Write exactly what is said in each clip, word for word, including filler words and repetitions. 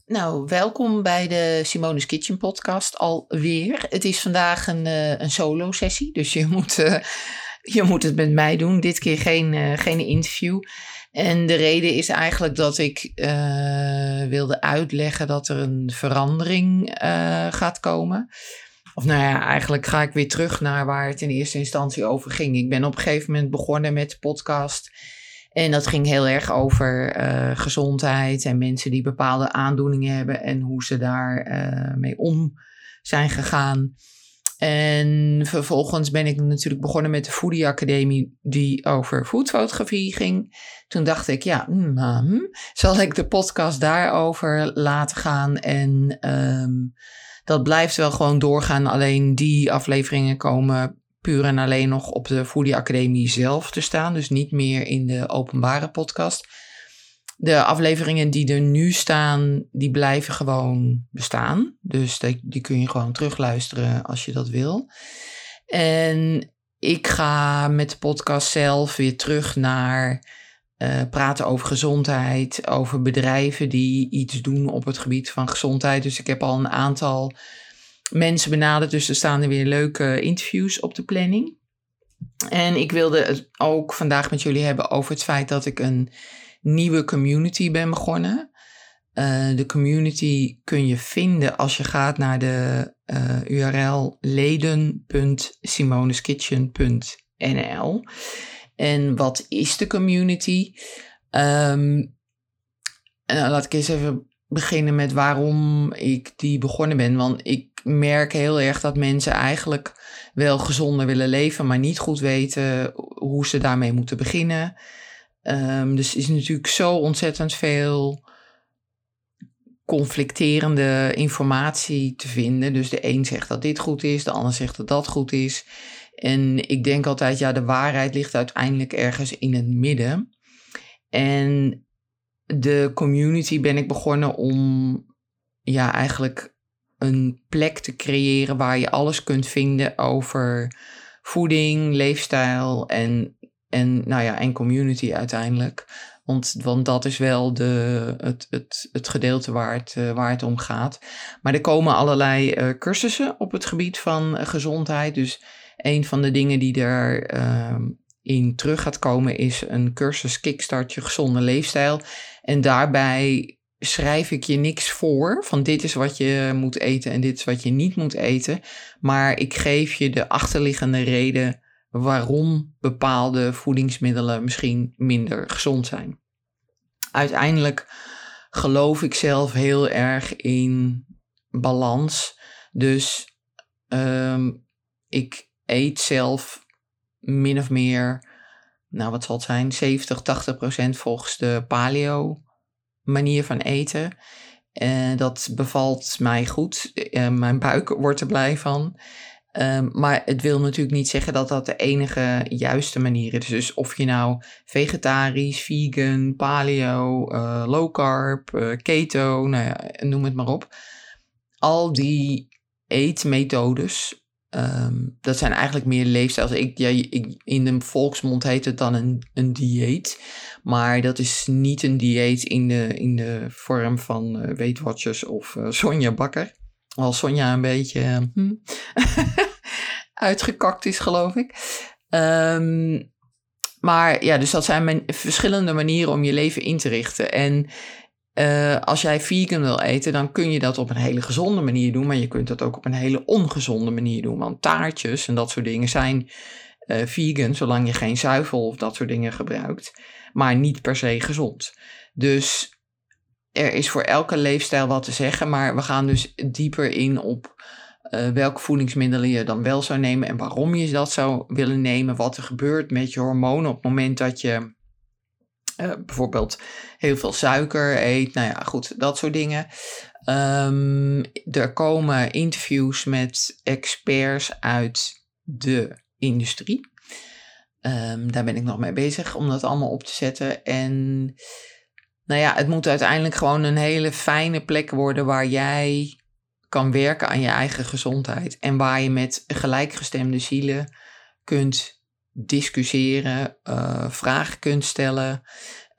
Nou, welkom bij de Simone's Kitchen podcast alweer. Het is vandaag een, uh, een solo sessie, dus je moet, uh, je moet het met mij doen. Dit keer geen, uh, geen interview. En de reden is eigenlijk dat ik uh, wilde uitleggen dat er een verandering uh, gaat komen. Of nou ja, eigenlijk ga ik weer terug naar waar het in eerste instantie over ging. Ik ben op een gegeven moment begonnen met de podcast. En dat ging heel erg over uh, gezondheid en mensen die bepaalde aandoeningen hebben en hoe ze daar uh, mee om zijn gegaan. En vervolgens ben ik natuurlijk begonnen met de Foodie Academie die over foodfotografie ging. Toen dacht ik, ja, mm, zal ik de podcast daarover laten gaan? En um, dat blijft wel gewoon doorgaan. Alleen die afleveringen komen puur en alleen nog op de Foodie Academie zelf te staan. Dus niet meer in de openbare podcast. De afleveringen die er nu staan, die blijven gewoon bestaan. Dus die, die kun je gewoon terugluisteren als je dat wil. En ik ga met de podcast zelf weer terug naar uh, praten over gezondheid. Over bedrijven die iets doen op het gebied van gezondheid. Dus ik heb al een aantal mensen benaderd, dus er staan er weer leuke interviews op de planning. En ik wilde het ook vandaag met jullie hebben over het feit dat ik een nieuwe community ben begonnen. Uh, de community kun je vinden als je gaat naar de uh, U R L leden punt simoneskitchen punt n l. En wat is de community? Um, uh, laat ik eens even beginnen met waarom ik die begonnen ben. Want ik merk heel erg dat mensen eigenlijk wel gezonder willen leven, maar niet goed weten hoe ze daarmee moeten beginnen. Um, dus er is natuurlijk zo ontzettend veel conflicterende informatie te vinden. Dus de een zegt dat dit goed is, de ander zegt dat dat goed is. En ik denk altijd, ja, de waarheid ligt uiteindelijk ergens in het midden. En de community ben ik begonnen om ja, eigenlijk een plek te creëren waar je alles kunt vinden over voeding, leefstijl en, en, nou ja, en community uiteindelijk. Want, want dat is wel de, het, het, het gedeelte waar het, waar het om gaat. Maar er komen allerlei uh, cursussen op het gebied van uh, gezondheid. Dus een van de dingen die er uh, in terug gaat komen is een cursus Kickstart je gezonde leefstijl. En daarbij schrijf ik je niks voor van dit is wat je moet eten en dit is wat je niet moet eten. Maar ik geef je de achterliggende reden waarom bepaalde voedingsmiddelen misschien minder gezond zijn. Uiteindelijk geloof ik zelf heel erg in balans. Dus um, ik eet zelf min of meer, nou wat zal het zijn, zeventig, tachtig procent volgens de paleo manier van eten. Uh, dat bevalt mij goed. Uh, mijn buik wordt er blij van. Uh, maar het wil natuurlijk niet zeggen dat dat de enige juiste manier is. Dus of je nou vegetarisch, vegan, paleo, uh, low carb, uh, keto, nou ja, noem het maar op. Al die eetmethodes, um, dat zijn eigenlijk meer leefstijls. Ik, ja, ik, in de volksmond heet het dan een, een dieet. Maar dat is niet een dieet in de, in de vorm van uh, Weight Watchers of uh, Sonja Bakker. Al Sonja een beetje hm, uitgekakt is, geloof ik. Um, maar ja, dus dat zijn man- verschillende manieren om je leven in te richten. En uh, als jij vegan wil eten, dan kun je dat op een hele gezonde manier doen. Maar je kunt dat ook op een hele ongezonde manier doen. Want taartjes en dat soort dingen zijn uh, vegan, zolang je geen zuivel of dat soort dingen gebruikt. Maar niet per se gezond. Dus er is voor elke leefstijl wat te zeggen, maar we gaan dus dieper in op uh, welke voedingsmiddelen je dan wel zou nemen en waarom je dat zou willen nemen, wat er gebeurt met je hormonen op het moment dat je uh, bijvoorbeeld heel veel suiker eet, nou ja, goed, dat soort dingen. Um, er komen interviews met experts uit de industrie. Um, daar ben ik nog mee bezig om dat allemaal op te zetten en nou ja, het moet uiteindelijk gewoon een hele fijne plek worden waar jij kan werken aan je eigen gezondheid. En waar je met gelijkgestemde zielen kunt discussiëren, uh, vragen kunt stellen.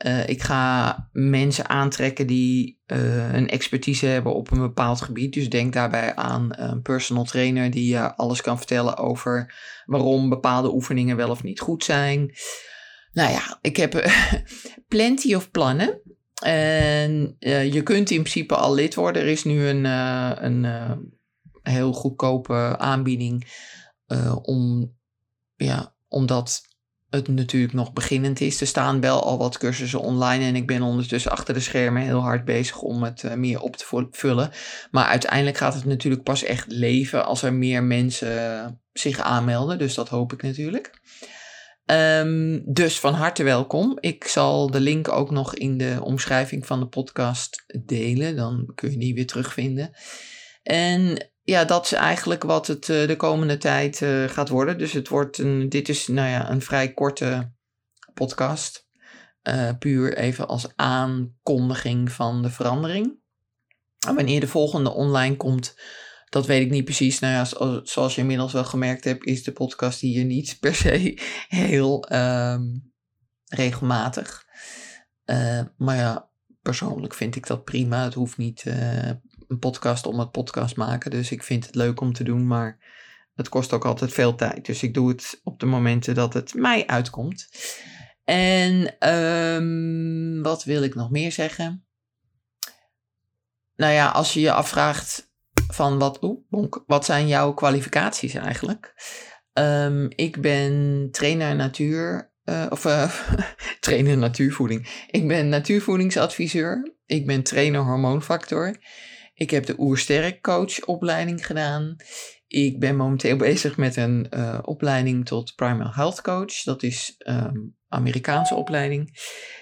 Uh, ik ga mensen aantrekken die uh, een expertise hebben op een bepaald gebied. Dus denk daarbij aan een personal trainer die uh, alles kan vertellen over waarom bepaalde oefeningen wel of niet goed zijn. Nou ja, ik heb uh, plenty of plannen. En uh, je kunt in principe al lid worden. Er is nu een, uh, een uh, heel goedkope aanbieding uh, om, ja, omdat het natuurlijk nog beginnend is. Er staan wel al wat cursussen online en ik ben ondertussen achter de schermen heel hard bezig om het uh, meer op te vullen. Maar uiteindelijk gaat het natuurlijk pas echt leven als er meer mensen uh, zich aanmelden. Dus dat hoop ik natuurlijk. Um, dus van harte welkom. Ik zal de link ook nog in de omschrijving van de podcast delen. Dan kun je die weer terugvinden. En ja, dat is eigenlijk wat het uh, de komende tijd uh, gaat worden. Dus het wordt een, dit is nou ja, een vrij korte podcast. Uh, puur even als aankondiging van de verandering. En wanneer de volgende online komt, dat weet ik niet precies. Nou ja, zoals je inmiddels wel gemerkt hebt, is de podcast hier niet per se heel um, regelmatig. Uh, maar ja, persoonlijk vind ik dat prima. Het hoeft niet uh, een podcast om het podcast maken. Dus ik vind het leuk om te doen, maar het kost ook altijd veel tijd. Dus ik doe het op de momenten dat het mij uitkomt. En um, wat wil ik nog meer zeggen? Nou ja, als je je afvraagt van wat, oe, bonk, wat zijn jouw kwalificaties eigenlijk? Um, ik ben trainer natuur, uh, of uh, trainer natuurvoeding. Ik ben natuurvoedingsadviseur. Ik ben trainer hormoonfactor. Ik heb de Oersterk coach opleiding gedaan. Ik ben momenteel bezig met een uh, opleiding tot Primal Health Coach. Dat is um, Amerikaanse opleiding.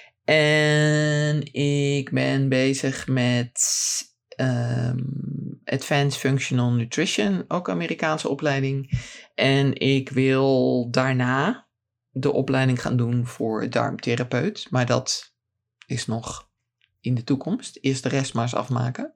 En ik ben bezig met um, Advanced Functional Nutrition, ook Amerikaanse opleiding. En ik wil daarna de opleiding gaan doen voor darmtherapeut. Maar dat is nog in de toekomst. Eerst de rest maar eens afmaken.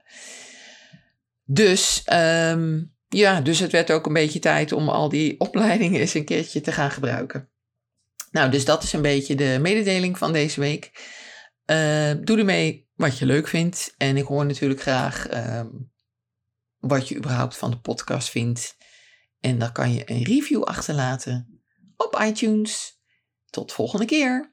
Dus um, ja, dus het werd ook een beetje tijd om al die opleidingen eens een keertje te gaan gebruiken. Nou, dus dat is een beetje de mededeling van deze week. Uh, doe ermee wat je leuk vindt. En ik hoor natuurlijk graag uh, wat je überhaupt van de podcast vindt. En dan kan je een review achterlaten op iTunes. Tot volgende keer.